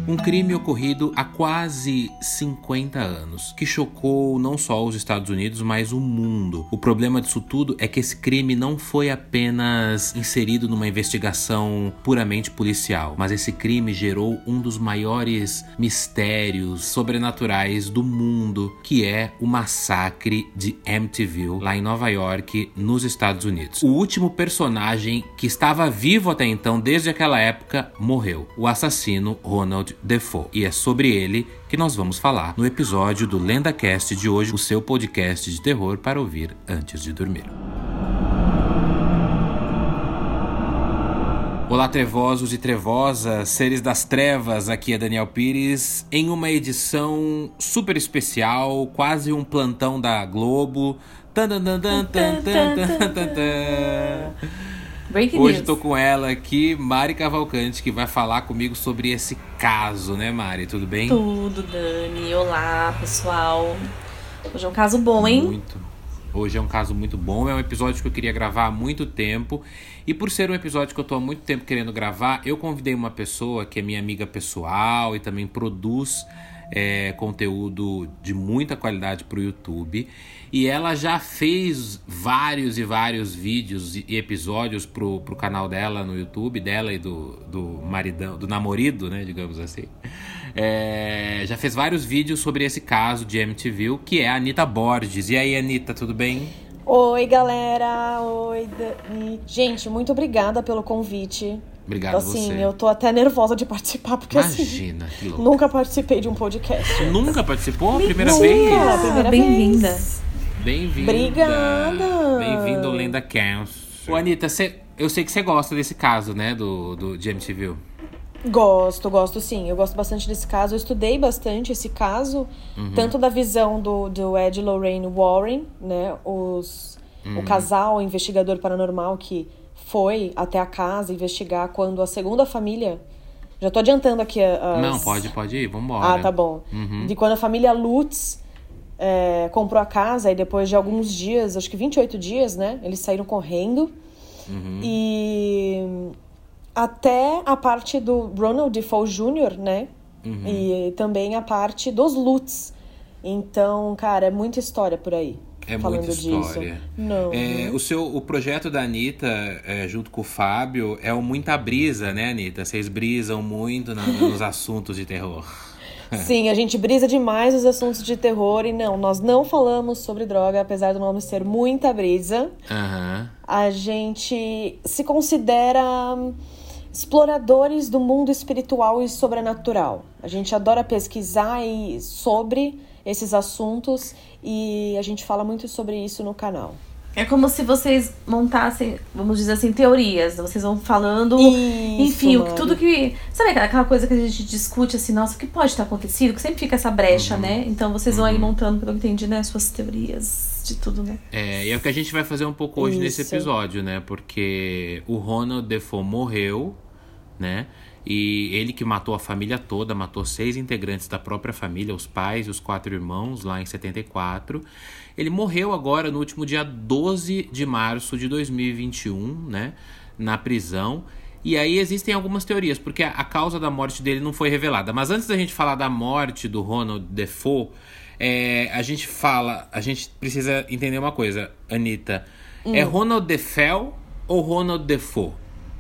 Um crime ocorrido há quase 50 anos, que chocou não só os Estados Unidos, mas o mundo. O problema disso tudo é que esse crime não foi apenas inserido numa investigação puramente policial, mas esse crime gerou um dos maiores mistérios sobrenaturais do mundo, que é o massacre de Amityville, lá em Nova York, nos Estados Unidos. O último personagem que estava vivo até então, desde aquela época, morreu. O assassino Ronald Defoe. E é sobre ele que nós vamos falar no episódio do LendaCast de hoje, o seu podcast de terror para ouvir antes de dormir. Olá, trevosos e trevosas, seres das trevas, aqui é Daniel Pires, em uma edição super especial, quase um plantão da Globo. Hoje tô com ela aqui, Mari Cavalcante, que vai falar comigo sobre esse caso, né, Mari? Tudo bem? Tudo, Dani. Olá, pessoal. Hoje é um caso bom, hein? Hoje é um caso muito bom, é um episódio que eu queria gravar há muito tempo. E por ser um episódio que eu tô há muito tempo querendo gravar, eu convidei uma pessoa que é minha amiga pessoal e também produz conteúdo de muita qualidade pro YouTube. E ela já fez vários e vários vídeos e episódios pro canal dela no YouTube, dela e do maridão, do namorado, né, digamos assim. Já fez vários vídeos sobre esse caso de Amityville, que é a Anita Borges. E aí, Anita, tudo bem? Oi, galera. Oi, Dani. Gente, muito obrigada pelo convite. Obrigado a você. Eu tô até nervosa de participar, porque Imagina, que louco. Nunca participei de um podcast. Nunca participou? Primeira Nunca, vez? primeira Bem-vinda. vez. Bem-vinda. Obrigada. Bem-vindo ao LendaCast. Ô, Anita, eu sei que você gosta desse caso, né, de Amityville. Gosto sim. Eu gosto bastante desse caso. Eu estudei bastante esse caso, tanto da visão do Ed e Lorraine Warren, né, o casal investigador paranormal que foi até a casa investigar quando a segunda família... Já tô adiantando aqui Não, pode ir, vambora. Ah, tá bom. De quando a família Lutz comprou a casa, e depois de alguns dias, acho que 28 dias, né? Eles saíram correndo. E até a parte do Ronald Defoe Jr., né? E também a parte dos Lutz. Então, cara, é muita história por aí. É falando muita história. Disso. Não. O projeto da Anitta, junto com o Fábio, é o Muita Brisa, né, Anitta? Vocês brisam muito nos assuntos de terror. Sim, a gente brisa demais os assuntos de terror. E não, nós não falamos sobre droga, apesar do nome ser Muita Brisa. A gente se considera exploradores do mundo espiritual e sobrenatural. A gente adora pesquisar sobre esses assuntos e a gente fala muito sobre isso no canal. É como se vocês montassem, vamos dizer assim, teorias. Vocês vão falando, Isso, enfim, Mari. tudo que... Sabe aquela coisa que a gente discute assim, nossa, o que pode ter acontecido? Que sempre fica essa brecha, né? Então vocês vão aí montando, pelo que eu entendi, né? Suas teorias de tudo, né? E é o que a gente vai fazer um pouco hoje nesse episódio, né? Porque o Ronald Defoe morreu, né? E ele que matou a família toda, matou 6 integrantes da própria família, os pais e os 4 irmãos, lá em 74. Ele morreu agora no último dia 12 de março de 2021, né? Na prisão. E aí existem algumas teorias, porque a causa da morte dele não foi revelada. Mas antes da gente falar da morte do Ronald Defoe, a gente precisa entender uma coisa, Anita. É Ronald Defoe ou Ronald Defoe?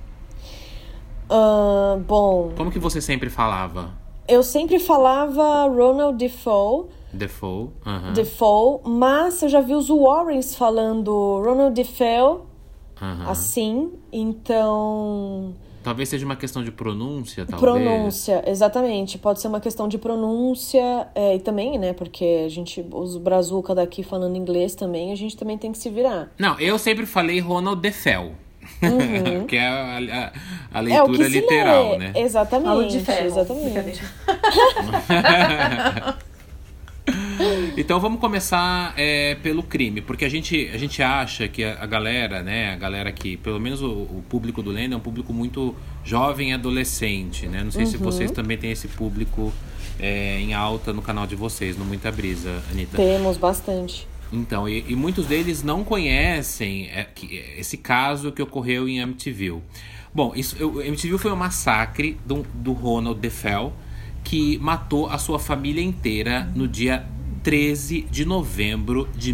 Bom... Como que você sempre falava? Eu sempre falava Ronald Defoe, mas eu já vi os Warrens falando Ronald Defoe, assim, então... Talvez seja uma questão de pronúncia, talvez. Pronúncia, exatamente. Pode ser uma questão de pronúncia, e também, né, porque a gente, os brazuca daqui falando inglês também, a gente também tem que se virar. Não, eu sempre falei Ronald Defoe. Que é a leitura literal, lê. né? Exatamente. Então vamos começar pelo crime, porque a gente acha que a galera, né? A galera que, pelo menos o público do Lenda é um público muito jovem e adolescente, né? Não sei se vocês também têm esse público em alta no canal de vocês, no Muita Brisa, Anita. Temos bastante. Então, e muitos deles não conhecem esse caso que ocorreu em Amityville. Bom, Amityville foi um massacre do Ronald Defoe, que matou a sua família inteira no dia 13 de novembro de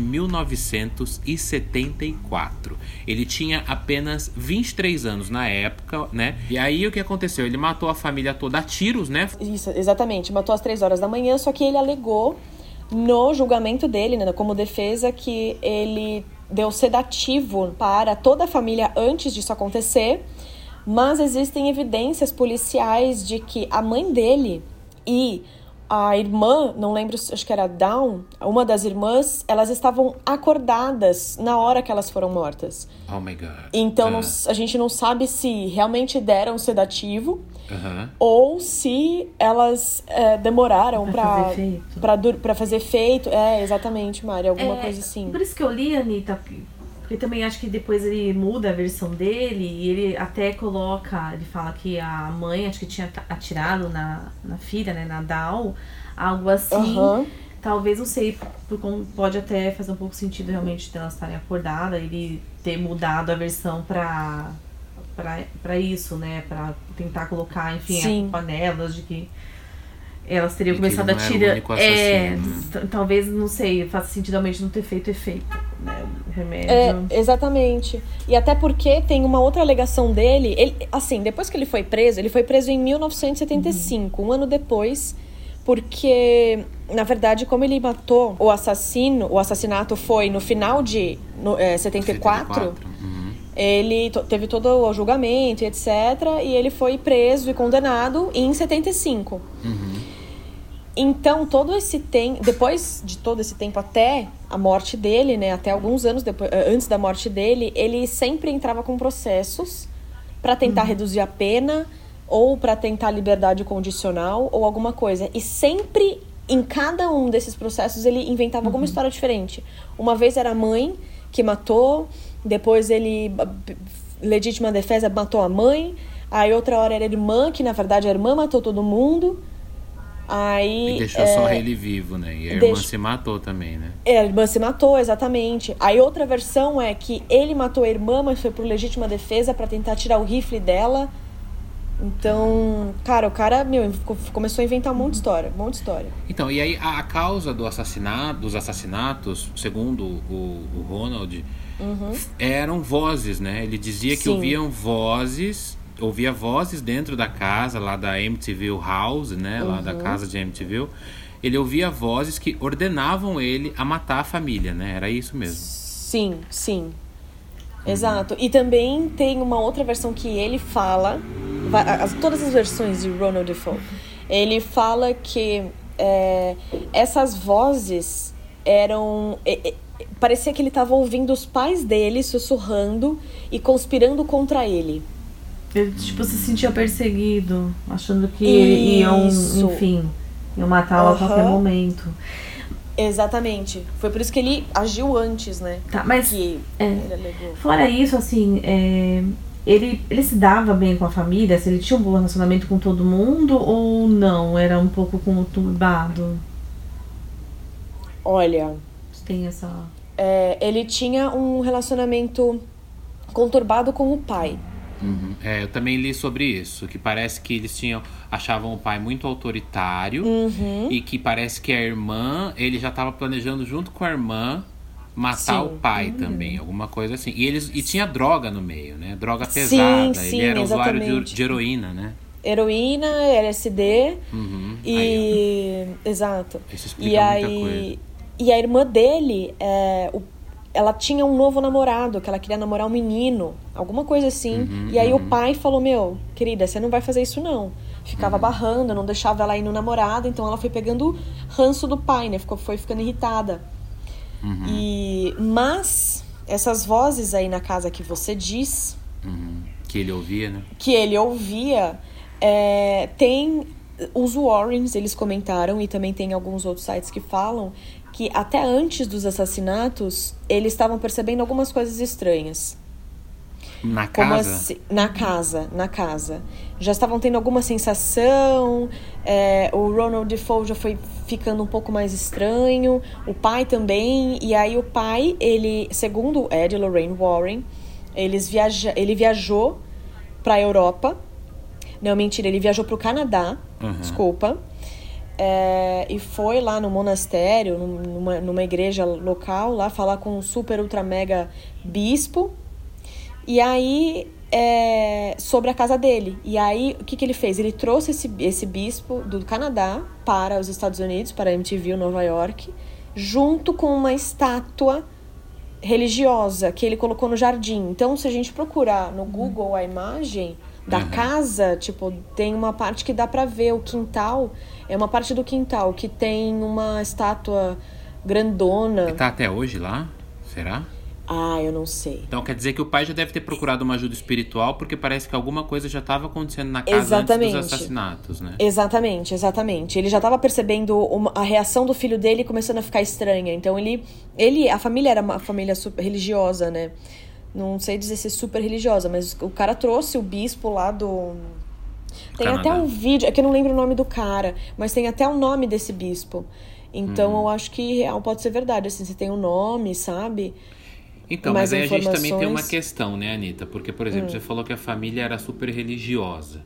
1974. Ele tinha apenas 23 anos na época, né? E aí o que aconteceu? Ele matou a família toda a tiros, né? Isso, exatamente. Matou às 3 horas da manhã, só que ele alegou no julgamento dele, né, como defesa, que ele deu sedativo para toda a família antes disso acontecer, mas existem evidências policiais de que a mãe dele e a irmã, não lembro, acho que era Dawn, uma das irmãs, elas estavam acordadas na hora que elas foram mortas. Oh my God. Então a gente não sabe se realmente deram sedativo ou se elas demoraram pra fazer efeito. Exatamente, Mari, alguma coisa assim. Por isso que eu li, Anitta, porque também acho que depois ele muda a versão dele e ele até coloca, ele fala que a mãe, acho que tinha atirado na filha, né, na Dawn, algo assim. Talvez, não sei, pode até fazer um pouco sentido realmente de elas estarem acordadas, ele ter mudado a versão pra isso, né, pra tentar colocar, enfim, a panelas de que elas teriam começado a tirar. Talvez, não sei, faça sentido realmente não ter feito efeito, né? Remédio. Exatamente. E até porque tem uma outra alegação dele. Ele, assim, depois que ele foi preso em 1975, um ano depois, porque, na verdade, como ele matou o assassinato foi no final de 74. Ele teve todo o julgamento e etc. E ele foi preso e condenado em 75. Então, depois de todo esse tempo até a morte dele, né, até alguns anos antes da morte dele, ele sempre entrava com processos para tentar reduzir a pena ou para tentar liberdade condicional ou alguma coisa. E sempre, em cada um desses processos, ele inventava alguma história diferente. Uma vez era a mãe que matou, depois ele, legítima defesa, matou a mãe, aí outra hora era a irmã, que na verdade a irmã matou todo mundo. Aí, e deixou só ele vivo, né? E a irmã se matou também, né? A irmã se matou, exatamente. Aí outra versão é que ele matou a irmã, mas foi por legítima defesa pra tentar tirar o rifle dela. Então, cara, o cara, começou a inventar um monte de história, Então, e aí a causa dos assassinatos, segundo o Ronald, eram vozes, né? Ele dizia que ouvia vozes dentro da casa, lá da Amityville House, né? Lá da casa de Amityville. Ele ouvia vozes que ordenavam ele a matar a família, né? Era isso mesmo. Sim. Exato. E também tem uma outra versão que ele fala, todas as versões de Ronald Defoe, ele fala que essas vozes eram... parecia que ele estava ouvindo os pais dele sussurrando e conspirando contra ele. Ele, se sentia perseguido, achando que iam matá-lo a qualquer momento. Exatamente. Foi por isso que ele agiu antes, né? Tá, mas ele alegou. Fora isso, assim, ele se dava bem com a família? Se ele tinha um bom relacionamento com todo mundo ou não? Era um pouco conturbado? Olha... Tem essa... ele tinha um relacionamento conturbado com o pai. Eu também li sobre isso, que parece que eles achavam o pai muito autoritário e que parece que a irmã, ele já estava planejando junto com a irmã matar o pai também, alguma coisa assim. E tinha droga no meio, né? Droga pesada. Sim, ele era exatamente. usuário de heroína, né? Heroína, LSD e... Exato. Isso explica muita coisa. E a irmã dele, ela tinha um novo namorado, que ela queria namorar um menino, alguma coisa assim. E aí o pai falou, querida, você não vai fazer isso não. Ficava barrando, não deixava ela ir no namorado, então ela foi pegando ranço do pai, né? Foi ficando irritada. Mas essas vozes aí na casa que você diz... Que ele ouvia, né? Que ele ouvia, tem... Os Warrens, eles comentaram, e também tem alguns outros sites que falam, que até antes dos assassinatos, eles estavam percebendo algumas coisas estranhas. Na Como casa? Assim? Na casa. Já estavam tendo alguma sensação, o Ronald Defoe já foi ficando um pouco mais estranho, o pai também, e aí o pai, ele, segundo Ed e Lorraine Warren, ele viajou pra Europa. Não, mentira, ele viajou pro Canadá, desculpa. e foi lá no monastério, numa igreja local, lá falar com um super ultra mega bispo. E aí, sobre a casa dele. E aí, o que ele fez? Ele trouxe esse bispo do Canadá para os Estados Unidos, para MTV, Nova York, junto com uma estátua religiosa que ele colocou no jardim. Então, se a gente procurar no Google a imagem da casa, tipo, tem uma parte que dá pra ver o quintal. É uma parte do quintal que tem uma estátua grandona. E tá até hoje lá? Será? Eu não sei. Então quer dizer que o pai já deve ter procurado uma ajuda espiritual, porque parece que alguma coisa já estava acontecendo na casa antes dos assassinatos, né? Exatamente. Ele já estava percebendo a reação do filho dele começando a ficar estranha. Então a família era uma família super religiosa, né? Não sei dizer se super religiosa, mas o cara trouxe o bispo lá do... Tem Canadá. até um vídeo, é que eu não lembro o nome do cara, mas tem até o nome desse bispo. Então eu acho que real pode ser verdade, assim, você tem o nome, sabe? Então, mas aí a gente também tem uma questão, né, Anitta? Porque, por exemplo, você falou que a família era super religiosa.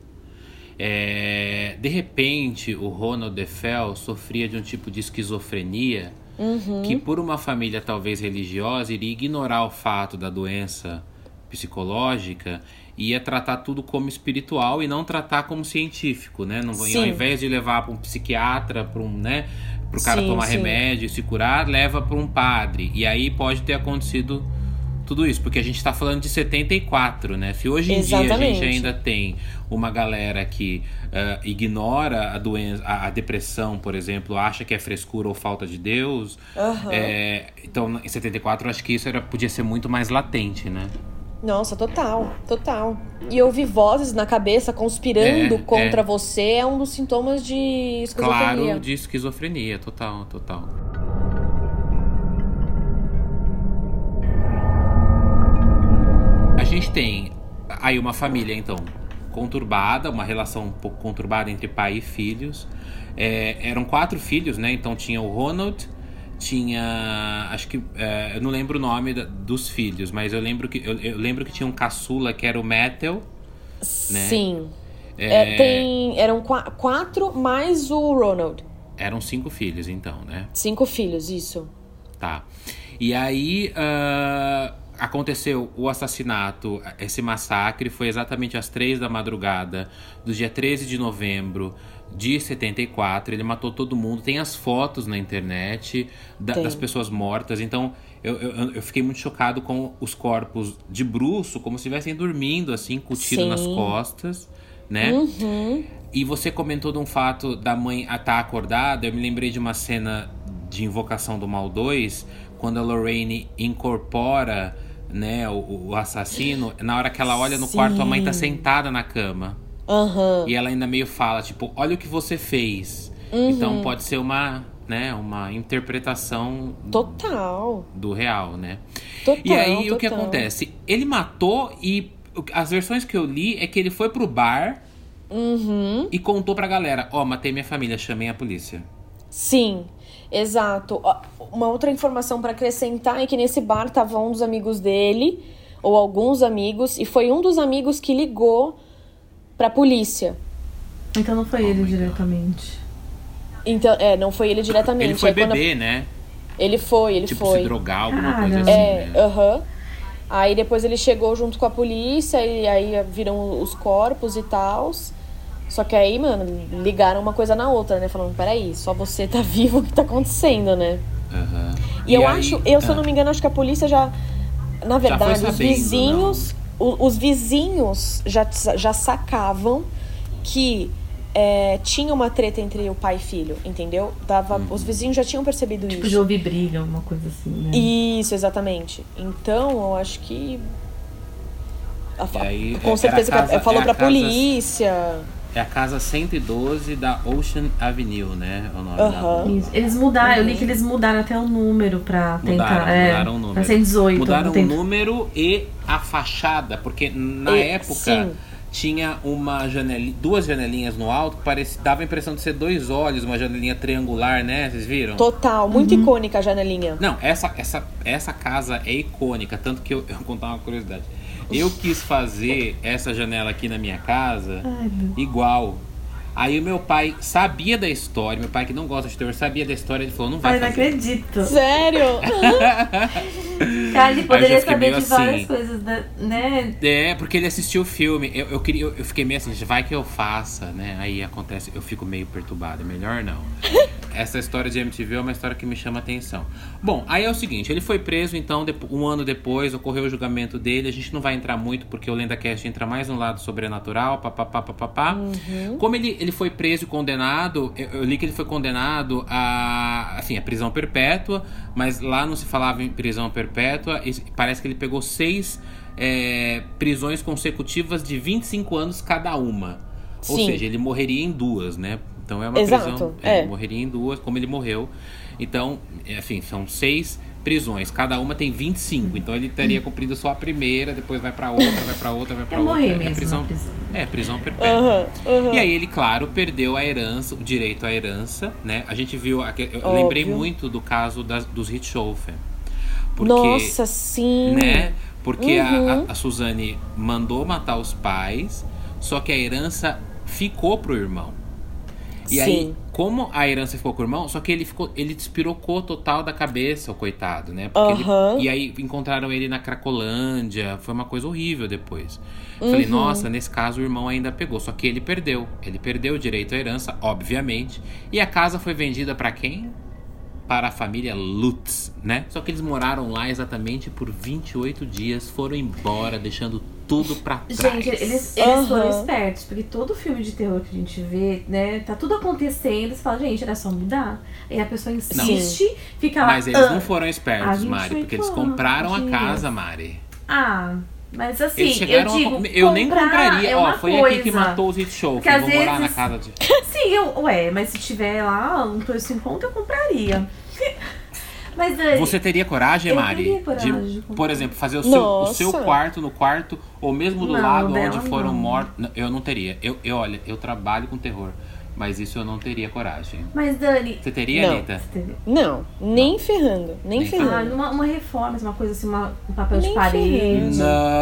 De repente, o Ronald DeFeo sofria de um tipo de esquizofrenia que, por uma família talvez religiosa, iria ignorar o fato da doença psicológica e ia tratar tudo como espiritual e não tratar como científico, né? Não, ao invés de levar para um psiquiatra, para um, né, pro cara tomar remédio e se curar, leva para um padre. E aí pode ter acontecido tudo isso, porque a gente tá falando de 74, né? Se hoje em dia a gente ainda tem uma galera que ignora a doença, a depressão, por exemplo, acha que é frescura ou falta de Deus, então em 74 eu acho que isso podia ser muito mais latente, né? Nossa, total. E ouvir vozes na cabeça conspirando contra você é um dos sintomas de esquizofrenia. Claro, de esquizofrenia, total. A gente tem aí uma família, então, conturbada, uma relação um pouco conturbada entre pai e filhos. Eram 4 filhos, né? Então tinha o Ronald, tinha... Acho que... eu não lembro o nome dos filhos, mas eu lembro que tinha um caçula que era o Matthew, né? Sim. Eram 4 mais o Ronald. Eram 5 filhos, então, né? 5 filhos, isso. Tá. E aí... aconteceu o assassinato, esse massacre foi exatamente às 3 da madrugada do dia 13 de novembro de 74. Ele matou todo mundo. Tem as fotos na internet das pessoas mortas. Então eu fiquei muito chocado com os corpos de bruço, como se estivessem dormindo, assim, com o tiro nas costas, né? E você comentou de um fato da mãe estar acordada. Eu me lembrei de uma cena de Invocação do Mal 2, quando a Lorraine incorpora, né, o assassino. Na hora que ela olha no quarto, a mãe tá sentada na cama. E ela ainda meio fala, tipo, olha o que você fez. Então pode ser uma interpretação total do real, né? Total, e aí o que acontece? Ele matou e as versões que eu li é que ele foi pro bar e contou pra galera, matei minha família, chamei a polícia. Sim, exato. Uma outra informação pra acrescentar é que nesse bar tava um dos amigos dele, ou alguns amigos, e foi um dos amigos que ligou pra polícia. Então não foi ele diretamente. Então, não foi ele diretamente. Ele foi beber, né? Ele foi. Tipo, se drogar, alguma coisa assim, né? Aí depois ele chegou junto com a polícia, e aí viram os corpos e tal. Só que aí, mano, ligaram uma coisa na outra, né? Falando, peraí, só você tá vivo, o que tá acontecendo, né? E eu aí, se eu não me engano, acho que a polícia já... Na verdade, os vizinhos... Os vizinhos já sacavam que tinha uma treta entre o pai e filho, entendeu? Os vizinhos já tinham percebido isso. Tipo, de ouvir briga, uma coisa assim, né? Isso, exatamente. Então, eu acho que... com certeza falou pra polícia... É a casa 112 da Ocean Avenue, né? O nome da... Isso. Eles mudaram, eu li que eles mudaram até o número pra tentar... Mudaram o número. Pra 118. Mudaram o número e a fachada, porque na época tinha duas janelinhas no alto que dava a impressão de ser 2 olhos, uma janelinha triangular, né? Vocês viram? Total, muito icônica a janelinha. Não, essa casa é icônica, tanto que eu vou contar uma curiosidade. Eu quis fazer essa janela aqui na minha casa igual. Aí o meu pai sabia da história, meu pai que não gosta de terror, sabia da história, ele falou, não vai Ai, não fazer. acredito. Sério? Cara, ele poderia saber de assim, várias coisas, né? É, porque ele assistiu o filme. Eu fiquei meio assim, vai que eu faça, né? Aí acontece, eu fico meio perturbado. É melhor não. Essa história de MTV é uma história que me chama atenção. Bom, aí é o seguinte, ele foi preso, então, um ano depois, ocorreu o julgamento dele. A gente não vai entrar muito, porque o LendaCast entra mais no lado sobrenatural, papapá. Como ele foi preso e condenado, eu li que ele foi condenado a prisão perpétua, mas lá não se falava em prisão perpétua. Parece que ele pegou 6 prisões consecutivas de 25 anos cada uma. Ou Sim. seja, ele morreria em 2, né? Então é uma Exato, prisão. é. Morreria em 2, como ele morreu. Então, assim, são 6 prisões. Cada uma tem 25. Então ele teria cumprido só a primeira, depois vai pra outra, vai pra outra, vai pra outra. Morrer mesmo prisão. na prisão. Prisão perpétua. Uhum. E aí ele, claro, perdeu a herança, o direito à herança, né? A gente viu, eu lembrei muito do caso dos Richthofen. Porque, Nossa, sim. né? Porque a Suzane mandou matar os pais, só que a herança ficou pro irmão. E Sim. aí, como a herança ficou com o irmão, só que ele despirocou total da cabeça, o coitado, né? Porque e aí encontraram ele na Cracolândia, foi uma coisa horrível depois. Falei, nossa, nesse caso o irmão ainda pegou, só que ele perdeu. Ele perdeu o direito à herança, obviamente. E a casa foi vendida pra quem? Para a família Lutz, né? Só que eles moraram lá exatamente por 28 dias, foram embora, deixando tudo pra trás. Gente, eles foram espertos, porque todo filme de terror que a gente vê, né, tá tudo acontecendo, você fala, gente, era só mudar. Aí a pessoa insiste, fica lá. Mas eles não foram espertos, Mari, porque eles compraram a dias. casa, Mari. Mas assim, Eles chegaram eu digo, eu nem compraria, foi coisa. aqui que matou os Richthofen, Porque às vou morar na vezes- casa de... Sim, mas se tiver lá um preço em conta, eu compraria. Mas Você teria coragem, eu Mari? teria coragem de De, comprar. por exemplo, fazer o Nossa. seu quarto no quarto, ou mesmo do Não, lado dela onde foram não. mortos. Não, eu não teria. Olha, eu trabalho com terror, mas isso eu não teria coragem. Mas Dani, Você teria, Não. Anitta? Não, nem ferrando. Nem Nem ferrando. uma reforma, uma coisa assim, um papel Nem de parede.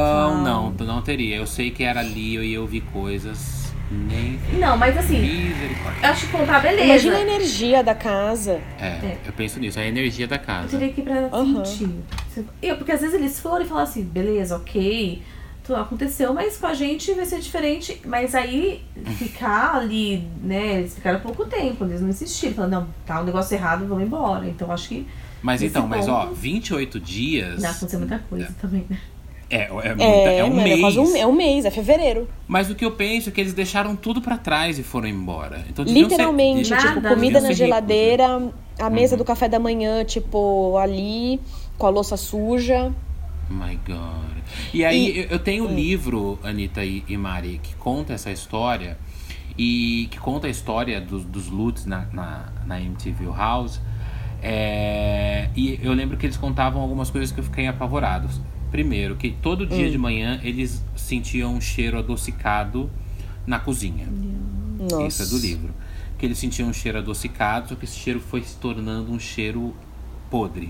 Não teria. Eu sei que era Leo e eu vi coisas. Nem Não, mas assim, misericórdia. eu acho que comprar, beleza. Imagina a energia da casa. Eu penso nisso, a energia da Eu casa. teria que ir pra sentir. Porque às vezes eles foram e falaram assim, beleza, ok, tudo aconteceu, mas com a gente vai ser diferente. Mas aí ficar ali, né, eles ficaram pouco tempo, eles não insistiram, falando, não, tá um negócio errado, vamos embora. Então acho que. Mas nesse então, mas ó, ponto, 28 dias. Não, aconteceu muita coisa também, né? É um mano, mês. é quase um mês, é fevereiro. Mas o que eu penso é que eles deixaram tudo pra trás e foram embora. Então, deviam Literalmente, ser, nada, tipo, deviam comida ser na ricos, geladeira, né? a mesa do café da manhã, tipo, ali, com a louça suja. My God. E aí, eu tenho um livro, Anitta e Mari, que conta essa história. E que conta a história dos Lutz na MTV House. E eu lembro que eles contavam algumas coisas que eu fiquei apavorado. Primeiro, que todo dia de manhã eles sentiam um cheiro adocicado na cozinha. Nossa. Isso é do livro. Que eles sentiam um cheiro adocicado, só que esse cheiro foi se tornando um cheiro podre.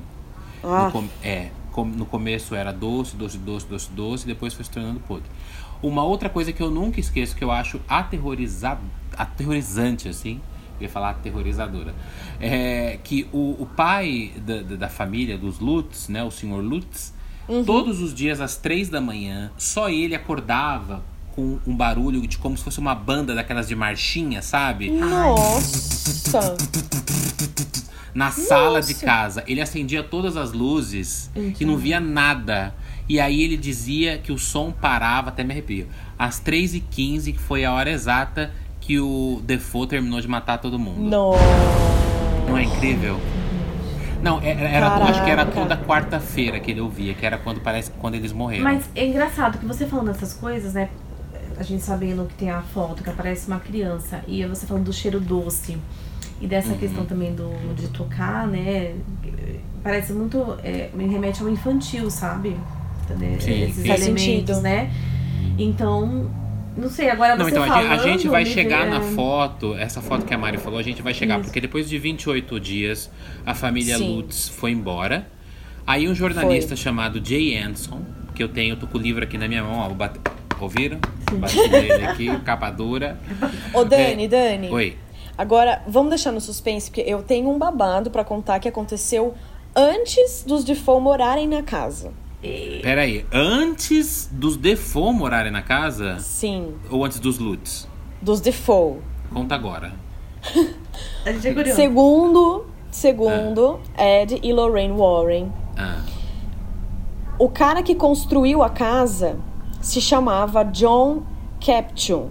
No começo era doce, depois foi se tornando podre. Uma outra coisa que eu nunca esqueço, que eu acho aterrorizante, assim, eu ia falar aterrorizadora, é que o pai da família dos Lutz, né, o Sr. Lutz, todos os dias às 3 da manhã, só ele acordava com um barulho de como se fosse uma banda daquelas de marchinha, sabe? Nossa! Na sala de casa. Ele acendia todas as luzes e não via nada. E aí ele dizia que o som parava, até me arrepio, às 3h15, que foi a hora exata que o Defoe terminou de matar todo mundo. Nossa! Não é incrível? Não, acho que era toda quarta-feira que ele ouvia, que era quando eles morreram. Mas é engraçado que você falando essas coisas, né? A gente sabendo que tem a foto que aparece uma criança e você falando do cheiro doce e dessa questão também de tocar, né? Parece muito. Me remete ao infantil, sabe? Sim, Esses sim. Faz elementos, sentido. né? Então, não sei, agora Não, você então falando... a gente vai chegar me- na foto, essa foto que a Mari falou, a gente vai chegar, Isso. porque depois de 28 dias, a família Sim. Lutz foi embora. Aí um jornalista chamado Jay Anson, que eu tô com o livro aqui na minha mão, ó, vou bater. Ouviram? Bati nele aqui, capa dura. Ô, Dani. Oi. Agora, vamos deixar no suspense, porque eu tenho um babado pra contar que aconteceu antes dos Defoe morarem na casa. Peraí, antes dos Defoe morarem na casa? Sim. Ou antes dos Lutz? Dos Defoe. Conta agora. A gente é curioso. Segundo Ed e Lorraine Warren, o cara que construiu a casa se chamava John Caption.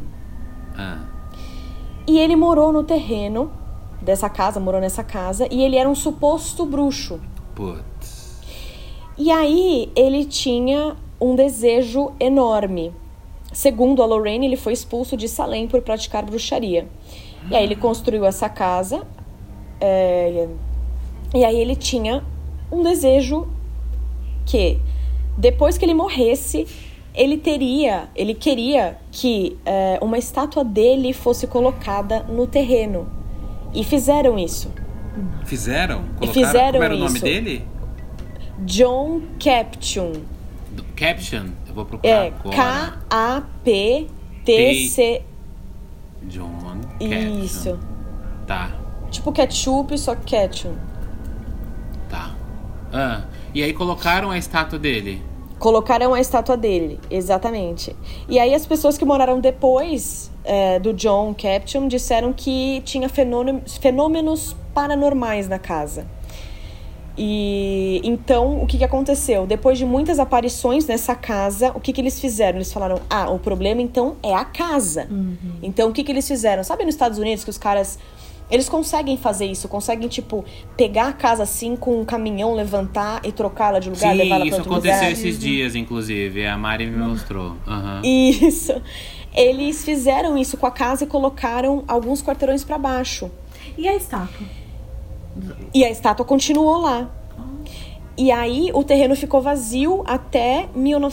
E ele morou no terreno dessa casa, morou nessa casa, e ele era um suposto bruxo. Putz. E aí ele tinha um desejo enorme. Segundo a Lorraine, ele foi expulso de Salem por praticar bruxaria. E aí ele construiu essa casa. E aí ele tinha um desejo que, depois que ele morresse, ele queria que uma estátua dele fosse colocada no terreno. E fizeram isso. Fizeram? Fizeram como era o nome isso. dele? John Caption. Caption? Eu vou procurar agora. K-A-P-T-C. John Caption. Isso. Tá. Tipo ketchup, só que Caption. Tá. E aí colocaram a estátua dele. Colocaram a estátua dele, exatamente. E aí as pessoas que moraram depois do John Caption disseram que tinha fenômenos paranormais na casa. E então, o que aconteceu? Depois de muitas aparições nessa casa, o que eles fizeram? Eles falaram, o problema então é a casa. Então, o que eles fizeram? Sabe nos Estados Unidos que os caras... Eles conseguem fazer isso, conseguem, tipo, pegar a casa assim com um caminhão, levantar e trocá-la de lugar, levar ela pra outro lugar. Sim, isso aconteceu esses dias, inclusive. A Mari me mostrou. Isso. Eles fizeram isso com a casa e colocaram alguns quarteirões pra baixo. E a estátua? E a estátua continuou lá. E aí o terreno ficou vazio até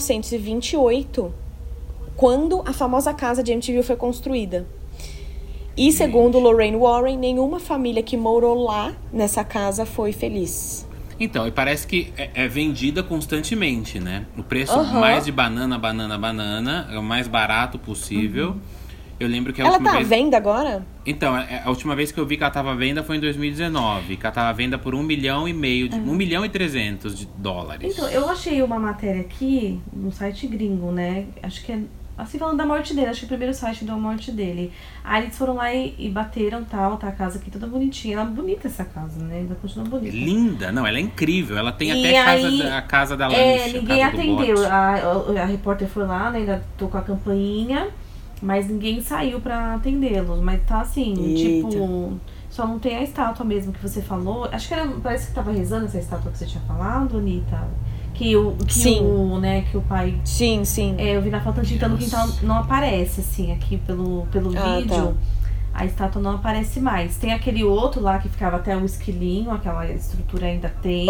1928, quando a famosa casa de Amityville foi construída. E segundo Lorraine Warren, nenhuma família que morou lá nessa casa foi feliz. Então, e parece que é vendida constantemente, né? O preço mais de banana é o mais barato possível. Eu lembro que a última vez... Ela tá à venda agora? Então, a última vez que eu vi que ela tava à venda foi em 2019. Que ela tava à venda por 1,5 milhão, $1,3 milhão. Então, eu achei uma matéria aqui no site gringo, né? Acho que é... Assim, falando da morte dele, acho que o primeiro site da morte dele. Aí eles foram lá e bateram, tá a casa aqui toda bonitinha. Ela é bonita essa casa, né? Ainda continua bonita. Linda, não, ela é incrível. Ela tem até a casa da lancha. Ninguém atendeu. A repórter foi lá, né? Ainda tocou a campainha, mas ninguém saiu pra atendê-los. Mas tá assim, tipo... Só não tem a estátua mesmo que você falou. Acho que parece que tava rezando essa estátua que você tinha falado, Anitta. Que o pai... Sim. Eu vi na foto antiga, no quintal não aparece, assim, aqui pelo vídeo. Tá. A estátua não aparece mais. Tem aquele outro lá que ficava até um esquilinho, aquela estrutura ainda tem.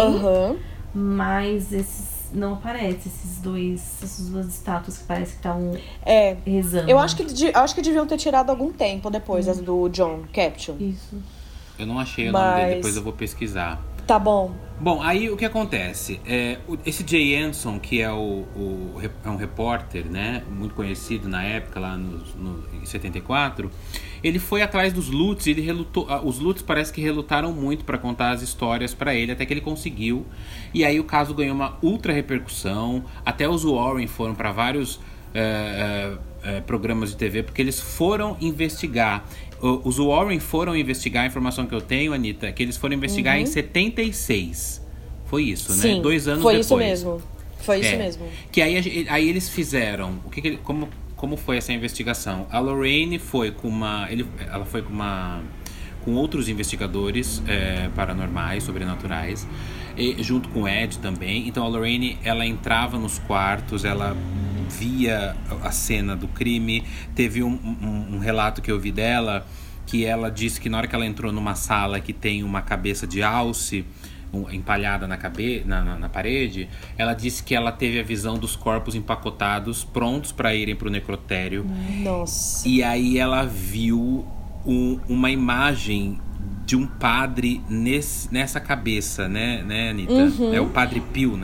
Mas esses não aparecem, essas duas estátuas que parece que estavam rezando. Eu acho que deviam ter tirado algum tempo depois, as do John Caption. Isso. Eu não achei o nome dele, depois eu vou pesquisar. Tá bom. Bom, aí o que acontece? Esse Jay Anson, que é um repórter, né, muito conhecido na época, lá em 74, ele foi atrás dos Lutz, ele relutou. Os Lutz parece que relutaram muito para contar as histórias para ele, até que ele conseguiu. E aí o caso ganhou uma ultra repercussão. Até os Warren foram para vários programas de TV, porque eles foram investigar. Os Warren foram investigar, a informação que eu tenho, Anitta, que eles foram investigar em 76. Foi isso, né? Sim, 2 anos foi depois. Foi isso mesmo. Que aí eles fizeram... Como foi essa investigação? A Lorraine foi com ela foi com outros investigadores paranormais, sobrenaturais, junto com o Ed também. Então a Lorraine, ela entrava nos quartos, ela via a cena do crime. Teve um relato que eu vi dela, que ela disse que na hora que ela entrou numa sala que tem uma cabeça de alce empalhada na parede, ela disse que ela teve a visão dos corpos empacotados, prontos para irem pro necrotério. Nossa. E aí ela viu uma imagem de um padre nessa cabeça, né, Anitta? É o Padre Pio, né?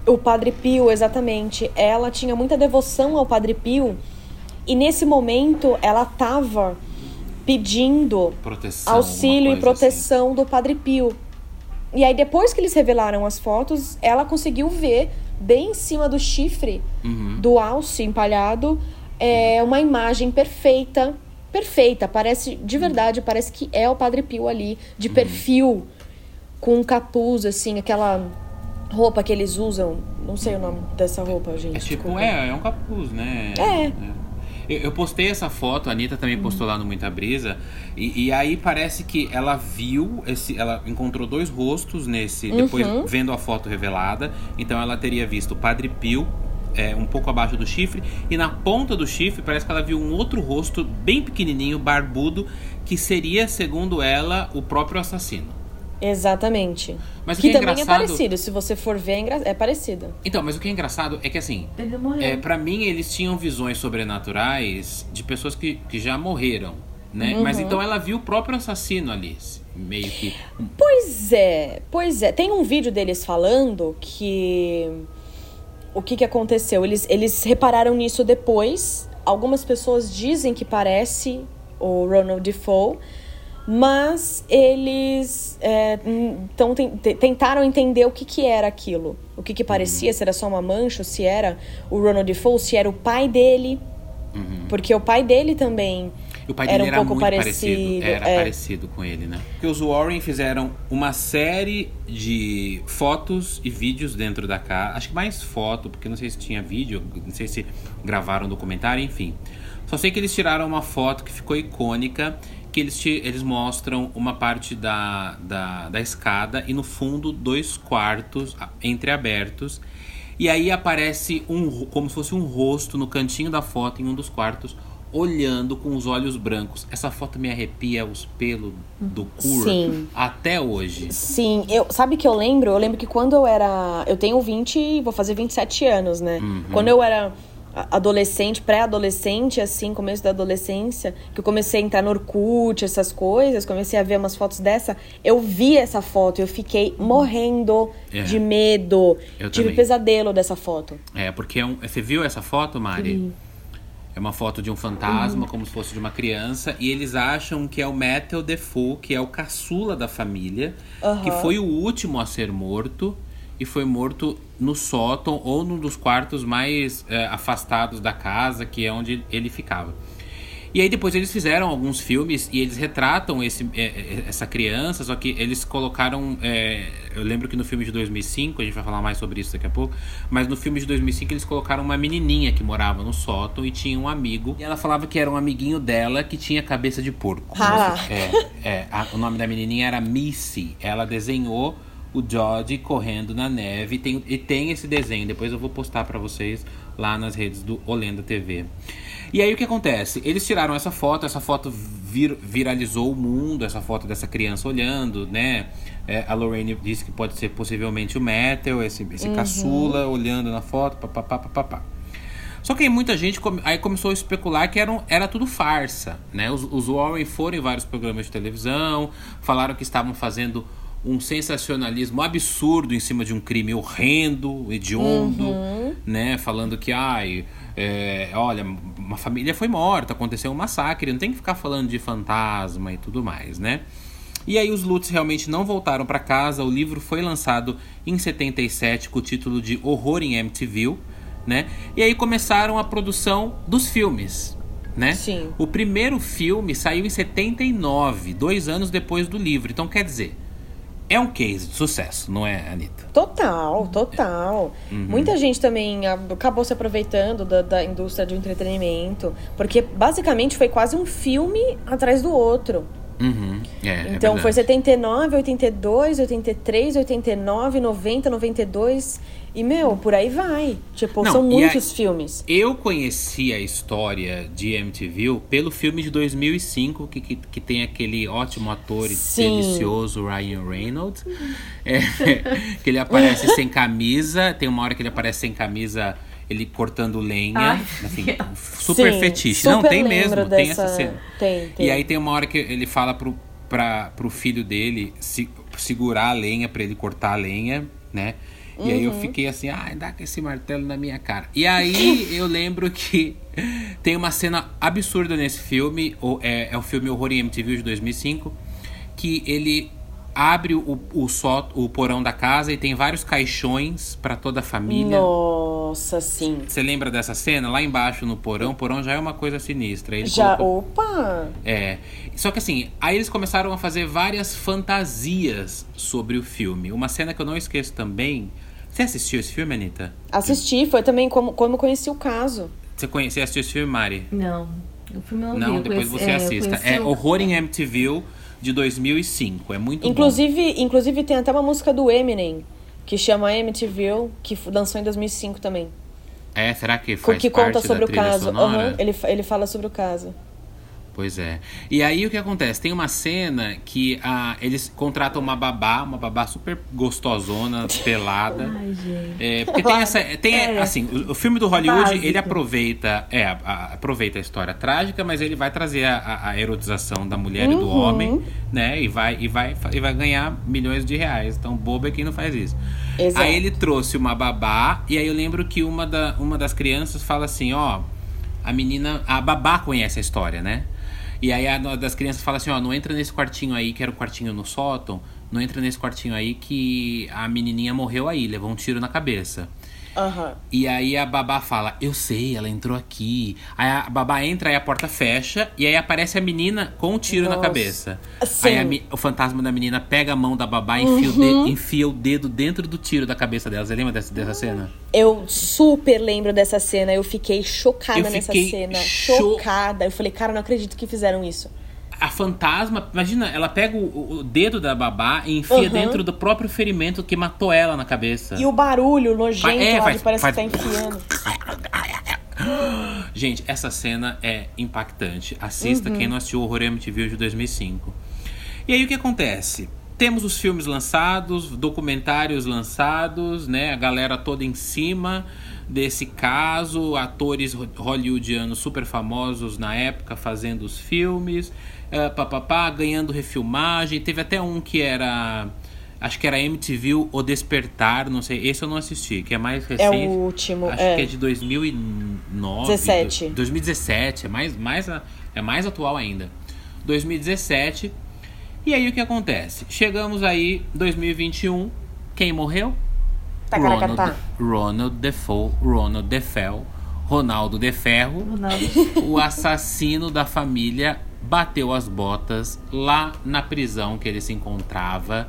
O Padre Pio, exatamente. Ela tinha muita devoção ao Padre Pio. E nesse momento, ela estava pedindo auxílio e proteção assim do Padre Pio. E aí, depois que eles revelaram as fotos, ela conseguiu ver, bem em cima do chifre do alce empalhado, uma imagem perfeita. Perfeita, parece, de verdade, parece que é o Padre Pio ali, de perfil, com um capuz, assim, aquela roupa que eles usam. Não sei o nome dessa roupa, gente. É tipo, é um capuz, né? Eu postei essa foto, a Anitta também postou lá no Muita Brisa, e aí parece que ela viu, ela encontrou 2 rostos nesse, depois vendo a foto revelada, então ela teria visto o Padre Pio, um pouco abaixo do chifre, e na ponta do chifre parece que ela viu um outro rosto bem pequenininho, barbudo, que seria, segundo ela, o próprio assassino. Exatamente. Mas que também é parecido, se você for ver, é parecido. Então, mas o que é engraçado é que assim, pra mim eles tinham visões sobrenaturais de pessoas que já morreram, né? Mas então ela viu o próprio assassino ali, meio que... Pois é. Tem um vídeo deles falando que... O que aconteceu? Eles repararam nisso depois. Algumas pessoas dizem que parece o Ronald Defoe, mas eles tentaram entender o que era aquilo. O que parecia, se era só uma mancha, ou se era o Ronald Defoe, se era o pai dele. Porque o pai dele também o pai dele era um pouco parecido. Era parecido com ele, né? Porque os Warren fizeram uma série de fotos e vídeos dentro da casa. Acho que mais foto, porque não sei se tinha vídeo, não sei se gravaram um documentário, enfim. Só sei que eles tiraram uma foto que ficou icônica, que eles mostram uma parte da escada e no fundo 2 quartos entreabertos. E aí aparece como se fosse um rosto no cantinho da foto, em um dos quartos, olhando com os olhos brancos. Essa foto me arrepia os pelos do couro até hoje. Sim, sabe que eu lembro? Eu lembro que quando eu tenho 20, vou fazer 27 anos, né? Quando eu era adolescente, pré-adolescente, assim, começo da adolescência, que eu comecei a entrar no Orkut, essas coisas, comecei a ver umas fotos dessa, eu vi essa foto e eu fiquei morrendo de medo. Eu tive também. Pesadelo dessa foto. Porque você viu essa foto, Mari? É uma foto de um fantasma, como se fosse de uma criança, e eles acham que é o Matthew Defoe, que é o caçula da família, que foi o último a ser morto, e foi morto no sótão ou num dos quartos mais afastados da casa, que é onde ele ficava. E aí depois eles fizeram alguns filmes e eles retratam essa criança, só que eles colocaram... eu lembro que no filme de 2005, a gente vai falar mais sobre isso daqui a pouco, mas no filme de 2005 eles colocaram uma menininha que morava no sótão e tinha um amigo. E ela falava que era um amiguinho dela que tinha cabeça de porco. O nome da menininha era Missy. Ela desenhou o George correndo na neve e tem esse desenho. Depois eu vou postar pra vocês lá nas redes do Olenda TV. E aí o que acontece? Eles tiraram essa foto viralizou o mundo, essa foto dessa criança olhando, né? A Lorraine disse que pode ser possivelmente o Matthew, esse caçula olhando na foto, papapá. Só que aí muita gente começou a especular que era tudo farsa, né? Os Warren foram em vários programas de televisão, falaram que estavam fazendo um sensacionalismo absurdo em cima de um crime horrendo, hediondo, né? Falando que, olha, uma família foi morta, aconteceu um massacre, não tem que ficar falando de fantasma e tudo mais, né? E aí os Lutz realmente não voltaram para casa. O livro foi lançado em 77 com o título de Horror em Amityville, né? E aí começaram a produção dos filmes, né? Sim. O primeiro filme saiu em 79, 2 anos depois do livro. Então, quer dizer, é um case de sucesso, não é, Anitta? Total. Muita gente também acabou se aproveitando da indústria de entretenimento, porque basicamente foi quase um filme atrás do outro. Então foi 79, 82, 83, 89, 90, 92 e, por aí vai. Tipo, são muitos filmes. Eu conheci a história de Amityville pelo filme de 2005, que tem aquele ótimo ator delicioso Ryan Reynolds, que ele aparece sem camisa. Tem uma hora que ele aparece sem camisa, ele cortando lenha, assim, super fetiche. Super não, tem mesmo, tem essa cena. Tem. E aí tem uma hora que ele fala pro filho dele segurar a lenha pra ele cortar a lenha, né? E aí eu fiquei assim, dá com esse martelo na minha cara. E aí eu lembro que tem uma cena absurda nesse filme, é o filme Horror em MTV de 2005, que ele abre o porão da casa e tem vários caixões pra toda a família. Nossa, sim. Você lembra dessa cena? Lá embaixo no porão, o porão já é uma coisa sinistra. Ele Opa! Só que assim, aí eles começaram a fazer várias fantasias sobre o filme. Uma cena que eu não esqueço também. Você assistiu esse filme, Anitta? Assisti, foi também como eu conheci o caso. Você assistiu esse filme, Mari? Não, o filme eu não vi. Depois você assista. É Horror em MTV de 2005. É muito bom. Inclusive tem até uma música do Eminem que chama MTV, que lançou em 2005 também. Será que faz que parte conta sobre da o trilha caso? sonora? Ele fala sobre o caso. Pois é. E aí o que acontece? Tem uma cena que eles contratam uma babá super gostosona, pelada. Ai, gente. Porque assim, o filme do Hollywood, básico. ele aproveita a história trágica, mas ele vai trazer a erotização da mulher e do homem, né? E vai ganhar milhões de reais. Então, bobo é quem não faz isso. Exato. Aí ele trouxe uma babá, e aí eu lembro que uma das crianças fala assim, a babá conhece a história, né? E aí uma das crianças fala assim, não entra nesse quartinho aí, que era o quartinho no sótão, não entra nesse quartinho aí que a menininha morreu aí, levou um tiro na cabeça. E aí a babá fala, eu sei, ela entrou aqui. Aí a babá entra, aí a porta fecha, e aí aparece a menina com um tiro na cabeça. Sim. Aí o fantasma da menina pega a mão da babá e enfia o dedo dentro do tiro da cabeça dela. Você lembra dessa cena? Eu super lembro dessa cena, eu fiquei chocada nessa cena. Chocada. Eu falei, cara, não acredito que fizeram isso. A fantasma, imagina, ela pega o dedo da babá e enfia dentro do próprio ferimento que matou ela na cabeça. E o barulho nojento parece faz... que tá enfiando. Gente, essa cena é impactante. Assista quem não assistiu o Horror MTV de 2005. E aí o que acontece? Temos os filmes lançados, documentários lançados, né? A galera toda em cima desse caso, atores hollywoodianos super famosos na época fazendo os filmes, ganhando refilmagem. Teve até um que era, acho que era MTV O Despertar, não sei, esse eu não assisti, que é mais recente. É o último, acho que é de 2009. 2017, é mais atual ainda. 2017. E aí o que acontece? Chegamos aí, 2021, quem morreu? Ronald DeFell, Ronaldo de Ferro, o assassino da família, bateu as botas lá na prisão que ele se encontrava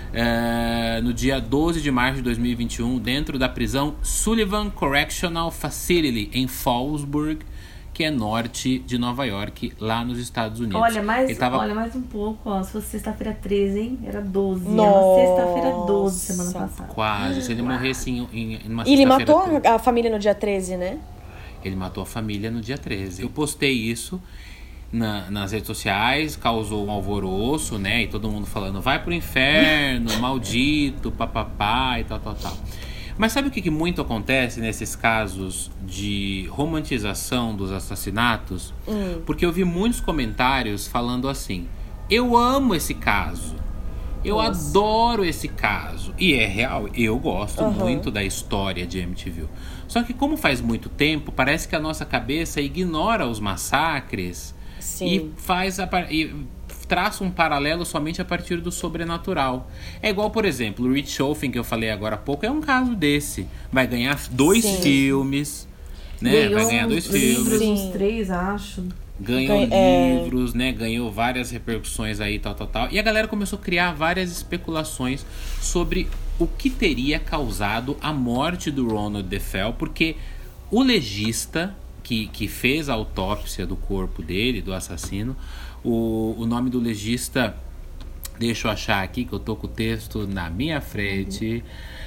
no dia 12 de março de 2021, dentro da prisão Sullivan Correctional Facility, em Fallsburg, que é norte de Nova York, lá nos Estados Unidos. Olha, mais um pouco, se fosse sexta-feira 13, hein? Era 12. Nossa. Era sexta-feira 12, semana passada. Quase. Se ele morresse em uma sexta-feira... E ele matou a família no dia 13, né? Ele matou a família no dia 13. Eu postei isso nas redes sociais, causou um alvoroço, né? E todo mundo falando, vai pro inferno, maldito, papapá e tal. Mas sabe o que muito acontece nesses casos de romantização dos assassinatos? Porque eu vi muitos comentários falando assim, eu amo esse caso, eu adoro esse caso. E é real, eu gosto muito da história de MTV. Só que como faz muito tempo, parece que a nossa cabeça ignora os massacres. Sim. E traça um paralelo somente a partir do sobrenatural. É igual, por exemplo, o Rich Schoffen, que eu falei agora há pouco, é um caso desse. Vai ganhar 2 filmes, né? Vai ganhar 2 filmes. Uns 3, acho. Ganhou livros, né? Ganhou várias repercussões aí, tal. E a galera começou a criar várias especulações sobre o que teria causado a morte do Ronald DeFell, porque o legista que fez a autópsia do corpo dele, do assassino, o nome do legista, deixa eu achar aqui que eu tô com o texto na minha frente.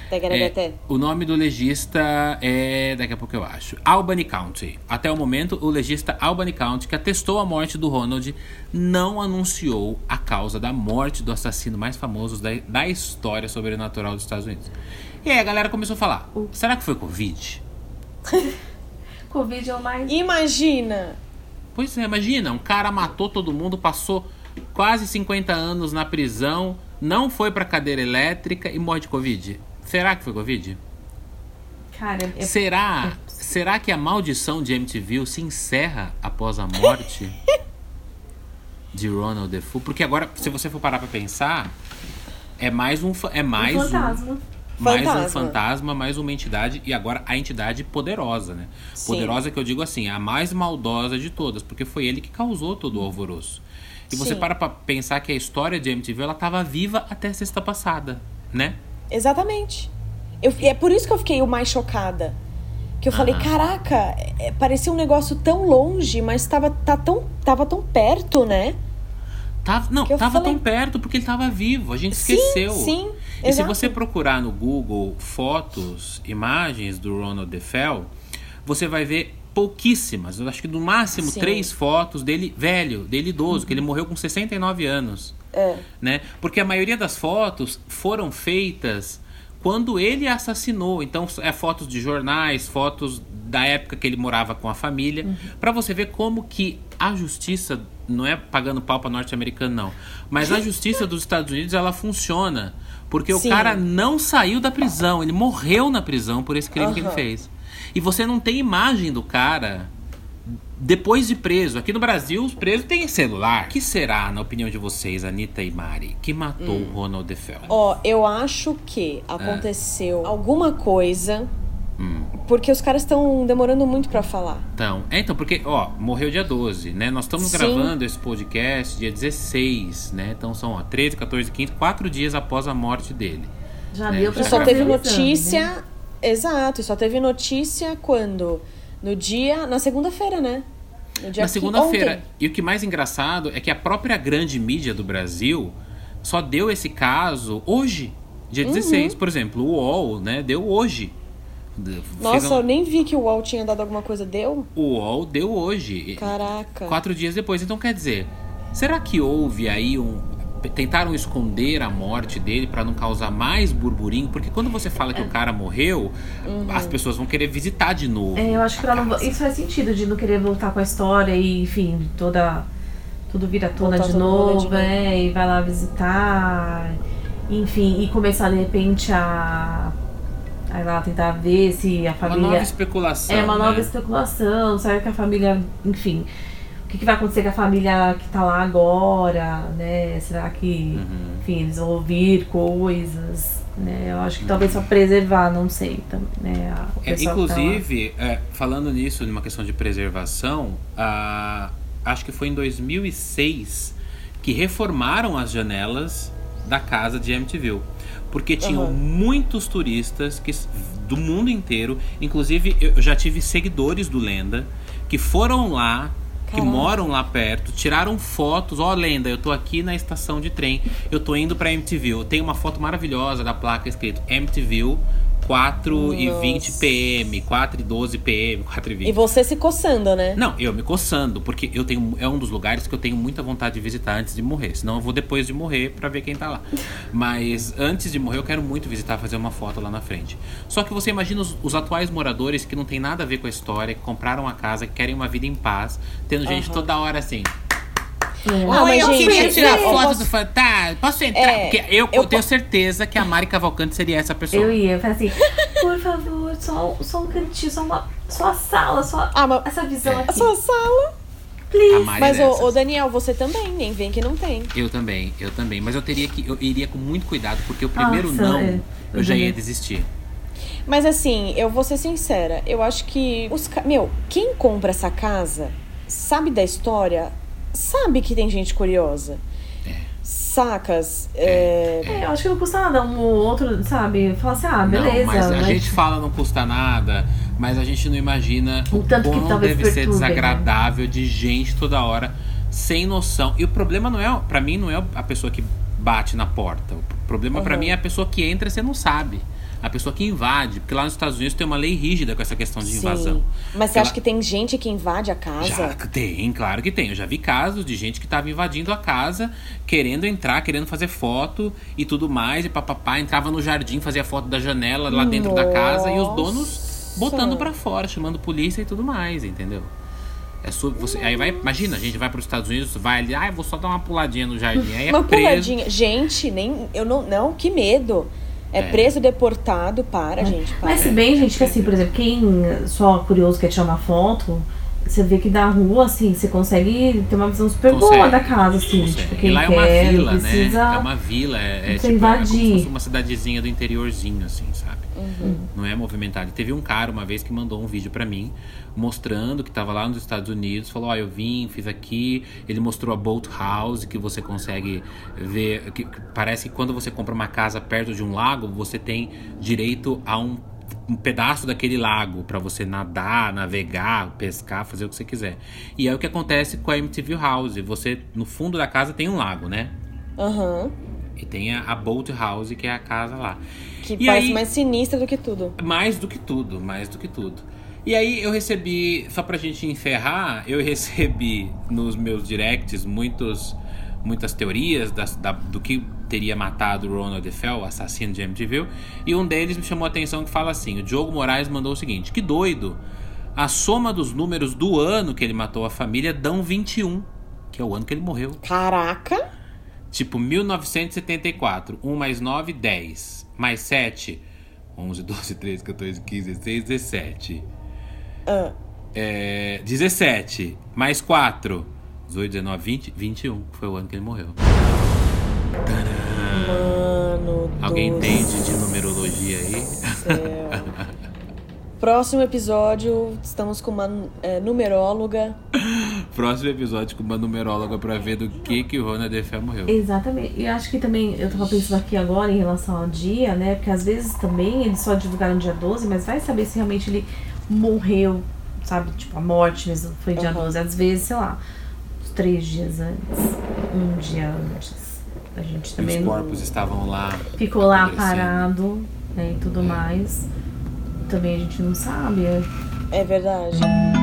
O nome do legista daqui a pouco eu acho, Albany County. Até o momento, o legista Albany County, que atestou a morte do Ronald, não anunciou a causa da morte do assassino mais famoso da história sobrenatural dos Estados Unidos. E aí a galera começou a falar, será que foi Covid? Covid é o mais... Imagina! Pois é, imagina, um cara matou todo mundo, passou quase 50 anos na prisão, não foi pra cadeira elétrica e morre de Covid. Será que foi Covid? Cara, Será que a maldição de MTV se encerra após a morte de Ronald DeFeo? Porque agora, se você for parar pra pensar, é mais um fantasma. Mais um fantasma, mais uma entidade. E agora a entidade poderosa, né? Sim. Poderosa que eu digo assim, a mais maldosa de todas. Porque foi ele que causou todo o alvoroço. E você Sim. para pra pensar que a história de MTV, ela tava viva até sexta passada, né? Exatamente. É por isso que eu fiquei o mais chocada. Que eu falei, caraca, parecia um negócio tão longe, mas tava tão perto, né? Tava tão perto porque ele tava vivo, a gente esqueceu. Sim, e exato. se você procurar no Google fotos, imagens do Ronald DeFeo, você vai ver pouquíssimas, eu acho que no máximo 3 fotos dele velho, dele idoso, que ele morreu com 69 anos. Né? Porque a maioria das fotos foram feitas quando ele assassinou. Então, fotos de jornais, fotos da época que ele morava com a família, pra você ver como que a justiça, não é pagando pau pra norte-americano, não, mas a justiça dos Estados Unidos, ela funciona. Porque o cara não saiu da prisão, ele morreu na prisão por esse crime que ele fez. E você não tem imagem do cara depois de preso. Aqui no Brasil, os presos têm celular. O que será, na opinião de vocês, Anitta e Mari, que matou o Ronald DeFeo? Eu acho que aconteceu alguma coisa, porque os caras estão demorando muito pra falar. Então, porque, morreu dia 12, né? Nós estamos gravando esse podcast dia 16, né? Então são, 13, 14, 15, 4 dias após a morte dele. Já deu pra E só fazer teve o notícia... exame, né? Exato, e só teve notícia quando? Na segunda-feira, né? Na segunda-feira. E o que mais engraçado é que a própria grande mídia do Brasil só deu esse caso hoje, dia 16. Por exemplo, o UOL, né, deu hoje. Nossa, eu nem vi que o UOL tinha dado alguma coisa. Deu? O UOL deu hoje. Caraca. 4 dias depois. Então, quer dizer, será que houve aí tentaram esconder a morte dele pra não causar mais burburinho? Porque quando você fala que o cara morreu, as pessoas vão querer visitar de novo. Eu acho que isso faz sentido, de não querer voltar com a história e, enfim, tudo vira à tona de novo, e vai lá visitar, enfim, e começar de repente a lá tentar ver se a família... Uma nova especulação. Uma nova especulação, sabe que a família, enfim... O que vai acontecer com a família que tá lá agora, né? Será que, enfim, eles vão ouvir coisas, né? Eu acho que talvez só preservar, não sei, né? Inclusive, falando nisso, numa questão de preservação, acho que foi em 2006 que reformaram as janelas da casa de Amityville. Porque tinham muitos turistas do mundo inteiro, inclusive eu já tive seguidores do Lenda, que foram lá, que moram lá perto, tiraram fotos. Lenda, eu tô aqui na estação de trem, eu tô indo pra Amityville. Tem uma foto maravilhosa da placa escrito Amityville 4h20 PM, 4h12 PM, 4h20. E você se coçando, né? Não, eu me coçando, porque é um dos lugares que eu tenho muita vontade de visitar antes de morrer. Senão eu vou depois de morrer pra ver quem tá lá. Mas antes de morrer eu quero muito visitar, fazer uma foto lá na frente. Só que você imagina os atuais moradores que não tem nada a ver com a história, que compraram a casa, que querem uma vida em paz, tendo gente toda hora assim... mas eu gente, queria tirar foto posso... do fantasma. Posso entrar? Porque eu tenho certeza que a Mari Cavalcante seria essa pessoa. Eu falei assim, por favor, só um cantinho, só a sala, essa visão aqui. Só a sala. Please. Mas, ô Daniel, você também, nem vem que não tem. Eu também. Mas eu iria com muito cuidado, porque o primeiro eu já ia desistir. Mas assim, eu vou ser sincera, eu acho que quem compra essa casa, sabe da história, sabe que tem gente curiosa. Sacas? Eu acho que não custa nada um outro, sabe? Falar assim, beleza. Não, mas a gente fala não custa nada, mas a gente não imagina o tanto que talvez deve ser perturbe, desagradável, né? De gente toda hora, sem noção. E o problema pra mim não é a pessoa que bate na porta. O problema pra mim é a pessoa que entra e você não sabe. A pessoa que invade, porque lá nos Estados Unidos tem uma lei rígida com essa questão de invasão. Mas você acha que tem gente que invade a casa? Já tem, claro que tem. Eu já vi casos de gente que estava invadindo a casa, querendo entrar, querendo fazer foto e tudo mais, e papapá, entrava no jardim, fazia foto da janela lá dentro da casa, e os donos botando pra fora, chamando polícia e tudo mais, entendeu? Aí imagina, a gente vai para os Estados Unidos, vai ali, eu vou só dar uma puladinha no jardim, aí uma preso. Puladinha, gente, que medo. É preso, deportado, gente, para. Mas se bem, gente, que assim, por exemplo, quem só curioso quer tirar uma foto, você vê que da rua, assim, você consegue ter uma visão super boa da casa, assim. Tipo, quem e lá quer, é uma vila, precisa, né? É uma vila, tipo, invadir. é como se fosse uma cidadezinha do interiorzinho, assim, sabe? Não é movimentado. Teve um cara uma vez que mandou um vídeo pra mim, mostrando que tava lá nos Estados Unidos, falou, eu vim, fiz aqui. Ele mostrou a boat house, que você consegue ver, que parece que quando você compra uma casa perto de um lago, você tem direito a um pedaço daquele lago pra você nadar, navegar, pescar, fazer o que você quiser. E é o que acontece com a MTV House. Você, no fundo da casa tem um lago, né? E tem a boat house, que é a casa lá. Que parece mais sinistra do que tudo. Mais do que tudo. E aí eu recebi, só pra gente encerrar, eu recebi nos meus directs muitas teorias do que teria matado o Ronald DeFeo, o assassino de Amityville. E um deles me chamou a atenção, que fala assim, o Diogo Moraes mandou o seguinte: que doido, a soma dos números do ano que ele matou a família dão 21, que é o ano que ele morreu. Caraca! Tipo, 1974, 1 mais 9, 10. Mais 7, 11, 12, 13, 14, 15, 16, 17. 17. Mais 4, 18, 19, 20, 21. Foi o ano que ele morreu. Mano, alguém entende de numerologia aí? Próximo episódio, estamos com uma numeróloga. Próximo episódio com uma numeróloga pra ver do que o Ronald DeFeo morreu. Exatamente. E acho que também, eu tava pensando aqui agora em relação ao dia, né? Porque às vezes também eles só divulgaram no dia 12, mas vai saber se realmente ele morreu, sabe? Tipo, a morte mesmo foi dia 12. Às vezes, sei lá, uns 3 dias antes, um dia antes. A gente também. Os corpos estavam lá. Ficou lá parado, né? E tudo mais. Também a gente não sabe. É verdade.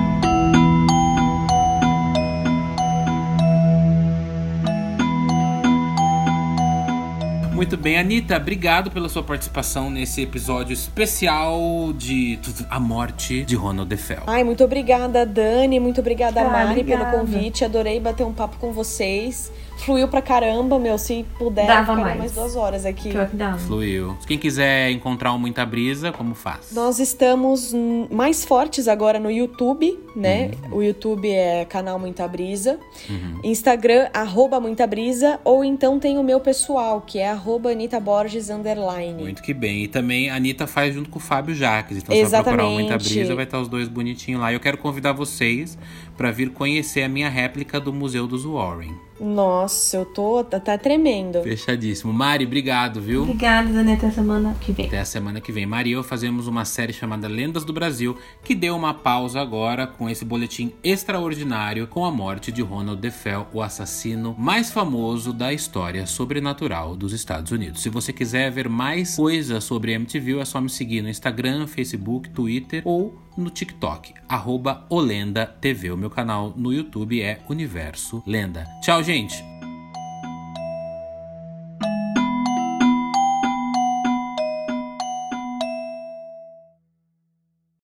Muito bem, Anitta, obrigado pela sua participação nesse episódio especial de A Morte de Ronald DeFeo. Ai, muito obrigada, Dani, muito obrigada, Mari, obrigada. pelo convite. Adorei bater um papo com vocês. Fluiu pra caramba, se puder, Dava mais 2 horas aqui. Pior que dava. Fluiu. Quem quiser encontrar o Muita Brisa, como faz? Nós estamos mais fortes agora no YouTube, né? O YouTube é canal Muita Brisa. Instagram, @muitabrisa. Ou então tem o meu pessoal, que é @AnitaBorges_. Muito que bem. E também a Anitta faz junto com o Fábio Jaques. Então, Exatamente. só procurar o Muita Brisa, vai estar os dois bonitinhos lá. E eu quero convidar vocês para vir conhecer a minha réplica do Museu dos Warren. Nossa, eu tô tá tremendo. Fechadíssimo. Mari, obrigado, viu? Obrigada, Dani. Até semana que vem. Até a semana que vem. Mari e eu fazemos uma série chamada Lendas do Brasil, que deu uma pausa agora com esse boletim extraordinário com a morte de Ronald DeFeo, o assassino mais famoso da história sobrenatural dos Estados Unidos. Se você quiser ver mais coisas sobre MTV, é só me seguir no Instagram, Facebook, Twitter ou no TikTok, @OlendaTV. O meu canal no YouTube é Universo Lenda. Tchau, gente!